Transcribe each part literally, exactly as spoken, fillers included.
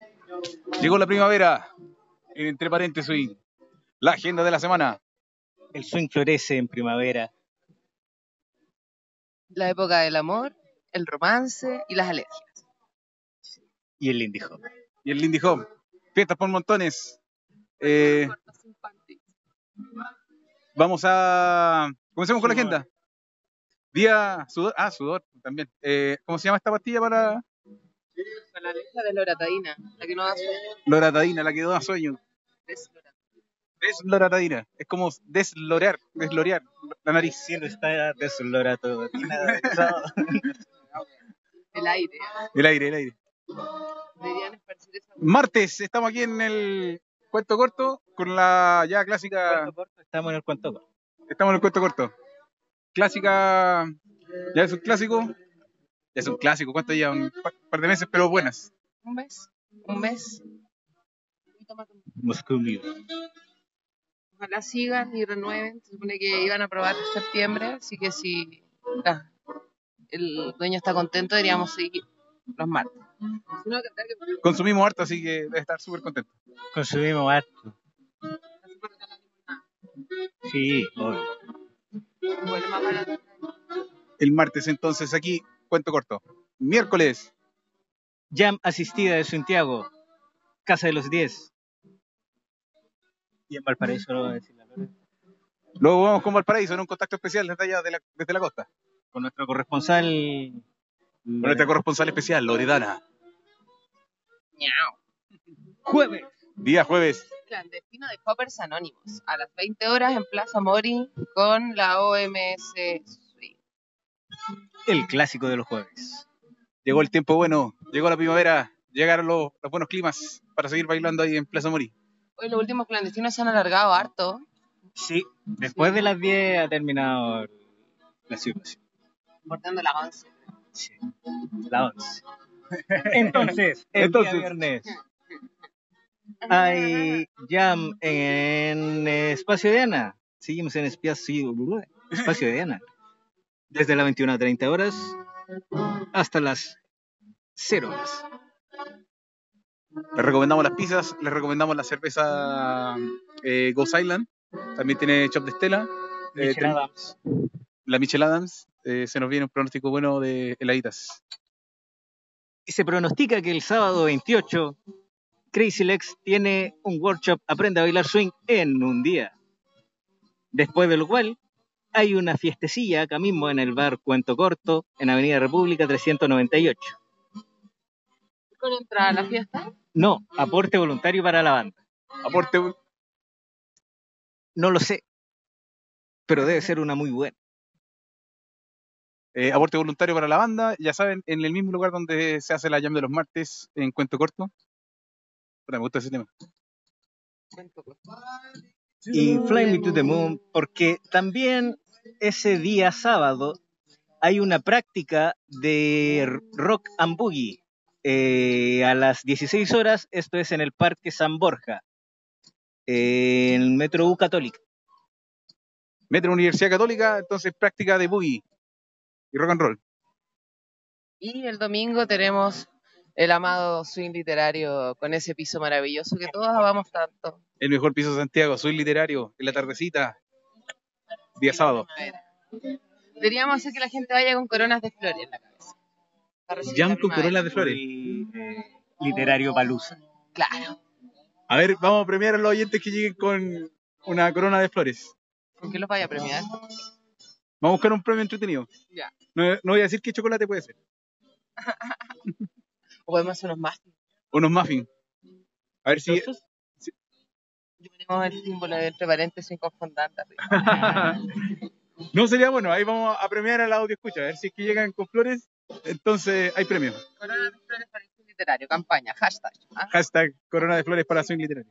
Llegó la primavera, entre paréntesis, la agenda de la semana. El swing florece en primavera. La época del amor, el romance y las alergias. Y el Lindy Hop. Y el Lindy Hop. Fiestas por montones. Eh, vamos a... Comencemos con la agenda. Día sudor. Ah, sudor también. Eh, ¿Cómo se llama esta pastilla para...? Para la alergia de loratadina, la que no da sueño. Loratadina, la que no da sueño. Desloratadina. Es como deslorear, deslorear la nariz. Sí, no está desloratadina. El aire. El aire, el aire. Deberían esparcir esa... Martes, estamos aquí en el cuento corto con la ya clásica... Cuento corto, estamos en el cuento corto. Estamos en el cuento corto. Clásica... Ya es un clásico. Ya es un clásico. ¿Cuánto ya? Un par de meses, pero buenas. Un mes. Un mes. Musculio. Ojalá sigan y renueven. Se supone que iban a probar en septiembre, así que si ah, el dueño está contento, deberíamos seguir los martes. Si no, que... Consumimos harto, así que debe estar súper contento. Consumimos harto. Sí, obvio. El martes, entonces, aquí, cuento corto. Miércoles. Jam asistida de Santiago. Casa de los diez. Y en Valparaíso lo voy a decir la verdad. Luego vamos con Valparaíso en un contacto especial desde allá, de la, desde la costa. Con nuestro corresponsal. Con nuestra corresponsal especial, Loredana. Ñao. Jueves. Día jueves. Clandestino de Hoppers Anónimos. A las veinte horas en Plaza Mori con la O M S Swing. El clásico de los jueves. Llegó el tiempo bueno, llegó la primavera, llegaron los, los buenos climas para seguir bailando ahí en Plaza Mori. Hoy los últimos clandestinos se han alargado harto. Sí, después de las diez ha terminado la situación. Cortando la once. Sí, la once. Entonces, el Entonces. día viernes hay jam en Espacio de Ana. Seguimos en Espacio, Espacio de Ana. Desde las veintiuna a treinta horas hasta las cero horas. Les recomendamos las pizzas, les recomendamos la cerveza eh, Ghost Island. También tiene Chop de Estela. Eh, Michelle Adams. La Michelle Adams. Eh, se nos viene un pronóstico bueno de heladitas. Y se pronostica que el sábado veintiocho Crazy Legs tiene un workshop Aprende a bailar swing en un día. Después de lo cual hay una fiestecilla acá mismo en el bar Cuento Corto en Avenida República trescientos noventa y ocho. ¿Con entrada a la fiesta? No, aporte voluntario para la banda. Aporte. No lo sé, pero debe ser una muy buena. Eh, aporte voluntario para la banda, ya saben, en el mismo lugar donde se hace la jam de los martes en Cuento Corto. Pero me gusta ese tema. Cuento corto. Y Fly Me to the Moon, porque también ese día sábado hay una práctica de rock and boogie eh, a las dieciséis horas, esto es en el Parque San Borja, eh, en el Metro U Católica. Metro Universidad Católica, entonces práctica de boogie y rock and roll. Y el domingo tenemos el amado swing literario con ese piso maravilloso que todos amamos tanto. El mejor piso de Santiago, swing literario, en la tardecita, día sábado. Deberíamos hacer que la gente vaya con coronas de flores en la cabeza. Jam con coronas de flores. Y, eh, literario Palusa. Claro. A ver, vamos a premiar a los oyentes que lleguen con una corona de flores. ¿Con qué los vaya a premiar? Vamos a buscar un premio entretenido. Ya. No, no voy a decir qué chocolate puede ser. O podemos hacer unos muffins. Unos muffins. A ver si... si... Y ponemos el símbolo de entre paréntesis con fondant arriba. No sería bueno, ahí vamos a premiar al audio escucha. A ver si es que llegan con flores, entonces hay premios. Corona de flores para el swing literario, campaña, hashtag. ¿Ah? Hashtag corona de flores para swing literario.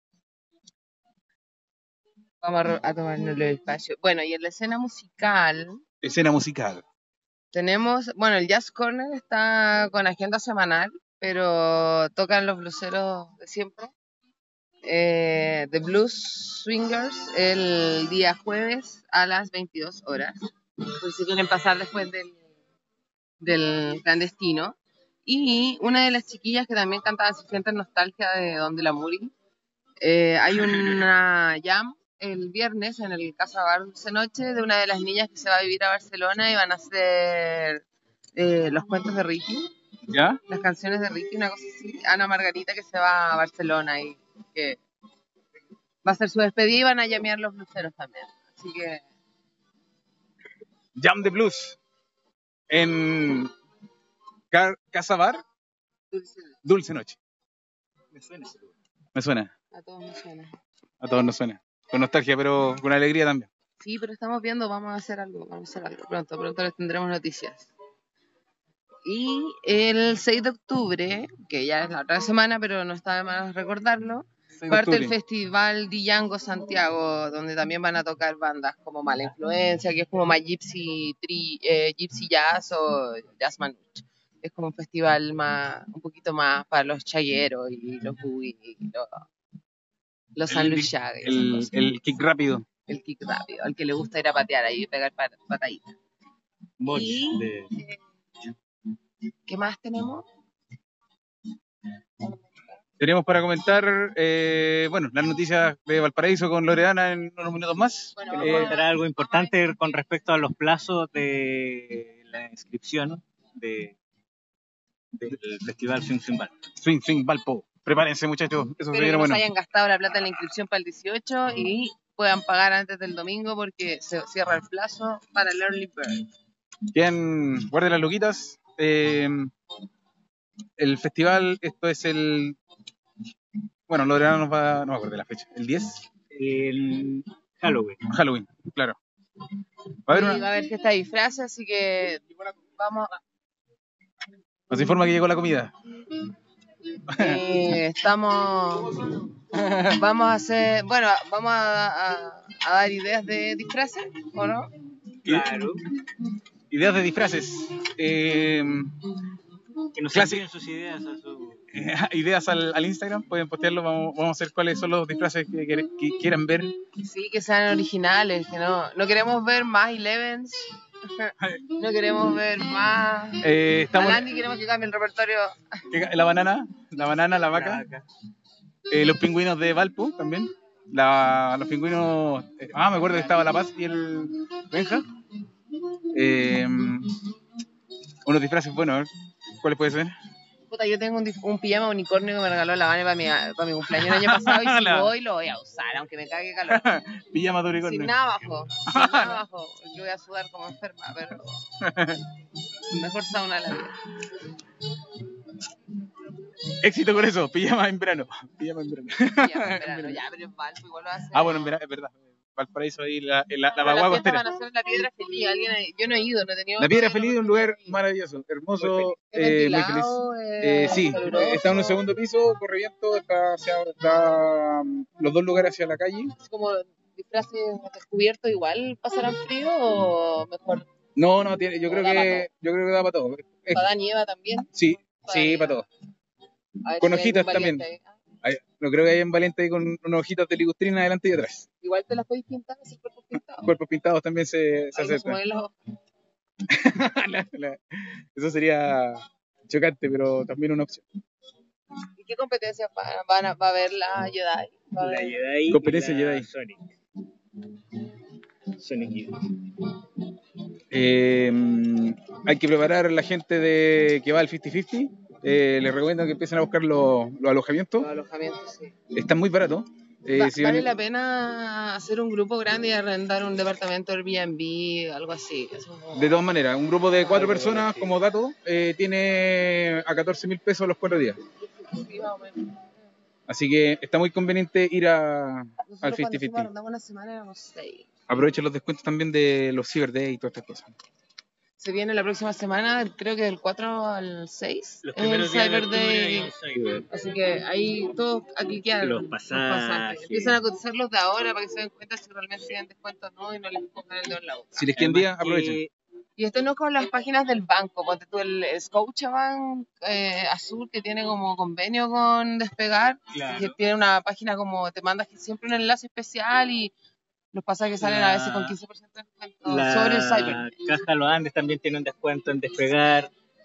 Vamos a, a tomarnos el espacio. Bueno, y en la escena musical... Escena musical. Tenemos, bueno, el Jazz Corner está con agenda semanal, pero tocan los blueseros de siempre. Eh, The Blues Swingers el día jueves a las veintidós horas. Por si quieren pasar después del, del clandestino. Y una de las chiquillas que también cantaba Si sientes nostalgia de Donde la Muri, eh, hay una jam el viernes en el Casa Bar Dulce Noche de una de las niñas que se va a vivir a Barcelona y van a hacer eh, los cuentos de Ricky, ¿Ya? las canciones de Ricky, una cosa así. Ana Margarita que se va a Barcelona y que va a ser su despedida y van a llamear los bluseros también. Así que... Jam de Blues. En Car Casa Bar Dulce, Dulce Noche. Me suena ese lugar. Me suena. a todos nos suena. A todos nos suena. Con nostalgia, pero con alegría también. Sí, pero estamos viendo, vamos a hacer algo, vamos a hacer algo. Pronto, pronto les tendremos noticias. Y el seis de octubre, que ya es la otra semana, pero no está de más recordarlo, parte el Festival Diyango Santiago, donde también van a tocar bandas como Mala Influencia, que es como más Gypsy, tri, eh, Gypsy Jazz o Jazz Manouche. Es como un festival más, un poquito más para los chayeros y los boogie y los, los San Luis Llaga y esas El, cosas. el kick rápido. El kick rápido, al que le gusta ir a patear ahí y pegar pat- pataditas. Moch Y- de... ¿Qué más tenemos? Tenemos para comentar, eh, bueno, las noticias de Valparaíso con Loredana en unos minutos más. Bueno, Eh, vamos a- comentará algo importante con respecto a los plazos de la inscripción de, del Festival Swing Swing Band. Swing, swing, Valpo. Prepárense, muchachos. Eso se Espero que viene no bueno. se hayan gastado la plata en la inscripción para el dieciocho y puedan pagar antes del domingo porque se cierra el plazo para el Early Bird. Quedan, guarden las luquitas. Eh, el festival, esto es el... Bueno, Loredana nos va... No me acuerdo de la fecha. ¿El diez? El Halloween. Halloween, claro. Va a haber Y una... va a haber fiesta de disfraces, así que vamos a... Nos informa que llegó la comida. Eh, estamos vamos a hacer bueno vamos a, a- a dar ideas de disfraces ¿o no? Claro. Ideas de disfraces. Eh, Que nos Clásico. envíen sus ideas a su... eh, ideas al, al Instagram, pueden postearlo. Vamos, vamos a ver cuáles son los disfraces que, que- que quieran ver. Sí, que sean originales, que no no queremos ver más Elevens, no queremos ver más Eh, estamos a Landy, queremos que cambie el repertorio. que- la banana, la banana, la vaca, Vaca. eh, los pingüinos de Valpo también. La, los pingüinos. eh, ah, me acuerdo que estaba La Paz y el Benja. Eh, unos disfraces buenos, a ver, ¿cuáles puede ser? Puta, yo tengo un, dif- un pijama unicornio que me regaló la Vane para mi, para mi cumpleaños el año pasado y si La- voy lo voy a usar, aunque me cague calor. Pijama de Sin unicornio. nada abajo, sin nada abajo, porque voy a sudar como enferma, pero mejor sauna la vida. Éxito con eso, pijama en verano. Pijama en verano. Ya, en verano, ya, pero en Valpo igual lo hace. Ah, bueno, en verano, es verdad. Valparaíso ahí, la, la, la, Pero Bagua las fiestas costera. van a ser la Piedra Feliz. ¿Alguien ha- yo no he ido, no he tenido. La Piedra todavía Feliz es un la lugar oportunidad de ir. maravilloso, hermoso, Es eh, muy feliz. ventilado, Eh, es sí, caluroso. eh, está en un segundo piso, corre viento, está, hacia, está um, los dos lugares hacia la calle. Es como disfraces descubiertos, igual pasarán frío o mejor No, no, tiene, yo O creo da pa' que yo creo que da para todo. Es- para nieva también. sí, Pa' sí, nieva. para todo. A ver Con si hay hojitas algún también. valiente ahí. Hay- no creo que haya en Valiente ahí con unas hojitas de ligustrina adelante y atrás. Igual te las podéis pintar, así cuerpos pintados. Cuerpos pintados también se, se Ahí no se aceptan. mueven las hojas. La- la- eso sería chocante, pero también una opción. ¿Y qué competencias van, van a, va a haber la Jedi? Va a La haber- Jedi Competencia y la Jedi. Sonic. Sonic Youth. Eh, hay que preparar a la gente de que va al cincuenta cincuenta. Eh, les recomiendo que empiecen a buscar los, los alojamientos. Los alojamientos, sí. Están muy baratos. Eh, Va- si vale ven- la pena hacer un grupo grande y arrendar un departamento Airbnb, algo así. Eso no- De todas maneras, un grupo de cuatro Algo personas, así. como dato, eh, tiene a catorce mil pesos los cuatro días. Sí, más o menos. Así que está muy conveniente ir a, al Nosotros cuando cincuenta fuimos cincuenta. arrendamos una semana éramos seis. Aprovechen los descuentos también de los Cyber Day y todas estas cosas. Se viene la próxima semana, creo que del cuatro al seis. Los es el primeros días de Cyber octubre Day. hay un Cyber. Así que ahí todos a cliquear Los pasajes. Empiezan a cotizarlos de ahora para que se den cuenta si realmente tienen descuento o no y no les pongan el dedo en la boca. Si les quedan días, aprovechen. que Y esto no es con las páginas del banco, ponte tú el Scotiabank eh, azul que tiene como convenio con Despegar, Claro. que tiene una página como te mandas siempre un enlace especial y los pasajes salen La- a veces con quince por ciento de descuento la sobre el Cyber. Caja Los Andes también tiene un descuento en Despegar.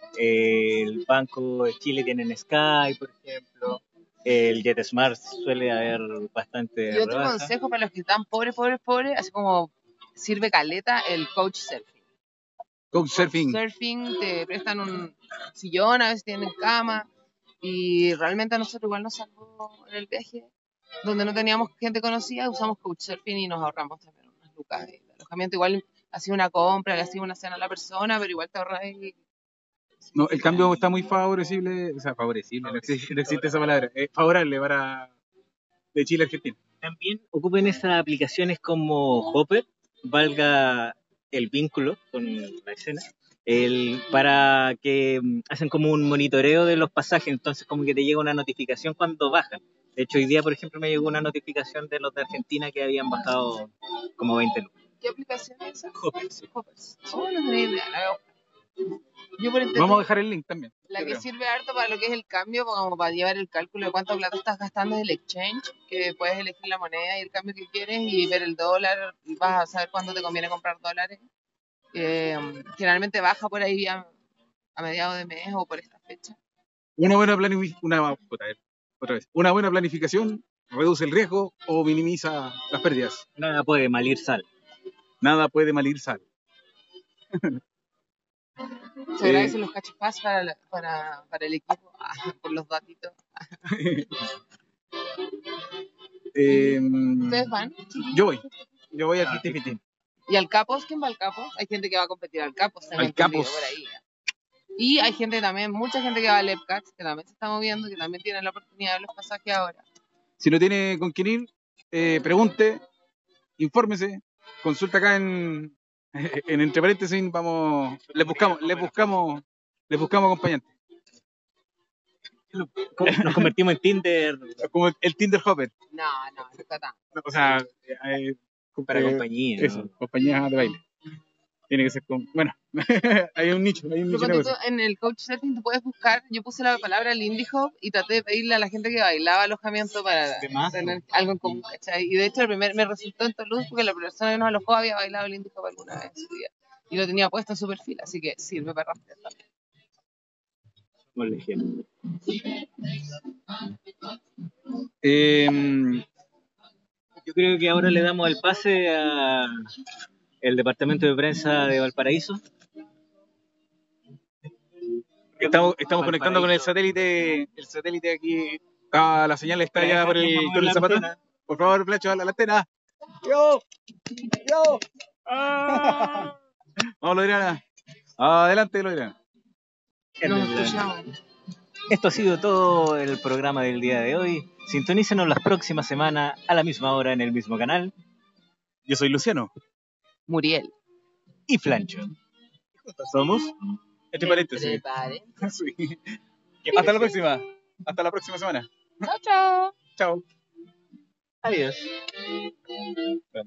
Eh, el Banco de Chile tiene Sky, por ejemplo. El JetSmart suele haber bastante Y otro rebaja. consejo para los que están pobres, pobres, pobres, así como sirve caleta, el Couchsurfing. Couchsurfing. Couchsurfing, te prestan un sillón, a veces tienen cama, y realmente a nosotros igual nos salvó en el viaje, donde no teníamos gente conocida, usamos Couchsurfing y nos ahorramos también unas lucas de alojamiento. Igual hacía una compra, le hacía una cena a la persona, pero igual te ahorras y... No, el cambio está muy favorecible, o sea, favorecible, no existe, no existe esa palabra, es favorable para de Chile a Argentina. También ocupen esas aplicaciones como Hopper, valga el vínculo con la escena, el, para que mm, hacen como un monitoreo de los pasajes, entonces como que te llega una notificación cuando bajan. De hecho, hoy día, por ejemplo, me llegó una notificación de los de Argentina que habían bajado como veinte lucas. ¿Qué aplicación es esa? Hopper, sí. Hoppers. Oh, no tenía idea, la voy a buscar. Yo por internet, Vamos a dejar el link también. la yo que creo. sirve harto para lo que es el cambio, como para llevar el cálculo de cuánto plata estás gastando es el exchange, que puedes elegir la moneda y el cambio que quieres y ver el dólar, y vas a saber cuándo te conviene comprar dólares. Eh, generalmente baja por ahí a, a mediados de mes o por esta fecha. Una buena planificación, una, puta, a ver, otra vez. Una buena planificación reduce el riesgo o minimiza las pérdidas. Nada puede mal ir sal. Nada puede mal ir sal. Se Eh. agradecen los cachipás para, la- para, para el equipo, ah, por los datitos. Eh, ¿Ustedes van? yo voy, yo voy al cincuenta cincuenta. ¿Y al Capos? ¿Quién va al Capos? Hay gente que va a competir al Capos, tengo Al entendido Capos. por ahí. Y hay gente también, mucha gente que va al Epcats, que también se está moviendo, que también tiene la oportunidad de ver los pasajes ahora. Si no tiene con quién ir, eh, pregunte, infórmese, consulta acá en, en entre paréntesis, vamos, les buscamos, les buscamos, les buscamos acompañantes. Nos convertimos en Tinder Como el, el Tinder Hopper. No, no, no está tan. O sea, eh, para eh, compañía. Eso, ¿no? compañías de baile. Tiene que ser con. Bueno, hay un nicho, hay un Pero nicho de ponte tú, negocio. en el Couchsurfing tú puedes buscar, yo puse la palabra Lindy Hop y traté de pedirle a la gente que bailaba alojamiento para De más, tener algo en común, ¿cachai? Y de hecho el primer me resultó en Toulouse porque la persona que nos alojó había bailado Lindy Hop alguna vez en su vida. Y lo tenía puesto en su perfil, así que sirve para rastrear también. Como el ejemplo. Eh, Yo creo que ahora le damos el pase a el departamento de prensa de Valparaíso. estamos estamos Valparaíso. conectando con el satélite. El satélite aquí. Ah, la señal está ya por el túnel Zapata. Por favor, Flacho, a la, la antena. ¡Yo! ¡Yo! ¡Ah! Vamos, Lorena. Adelante, Lorena. Nos escuchamos. Esto ha sido todo el programa del día de hoy. Sintonícenos la próxima semana a la misma hora en el mismo canal. Yo soy Luciano. Muriel. Y Flancho. Juntos somos. Entre paréntesis. Sí. Hasta la próxima. Hasta la próxima semana. Chao, chao. Chao. Adiós. Bueno.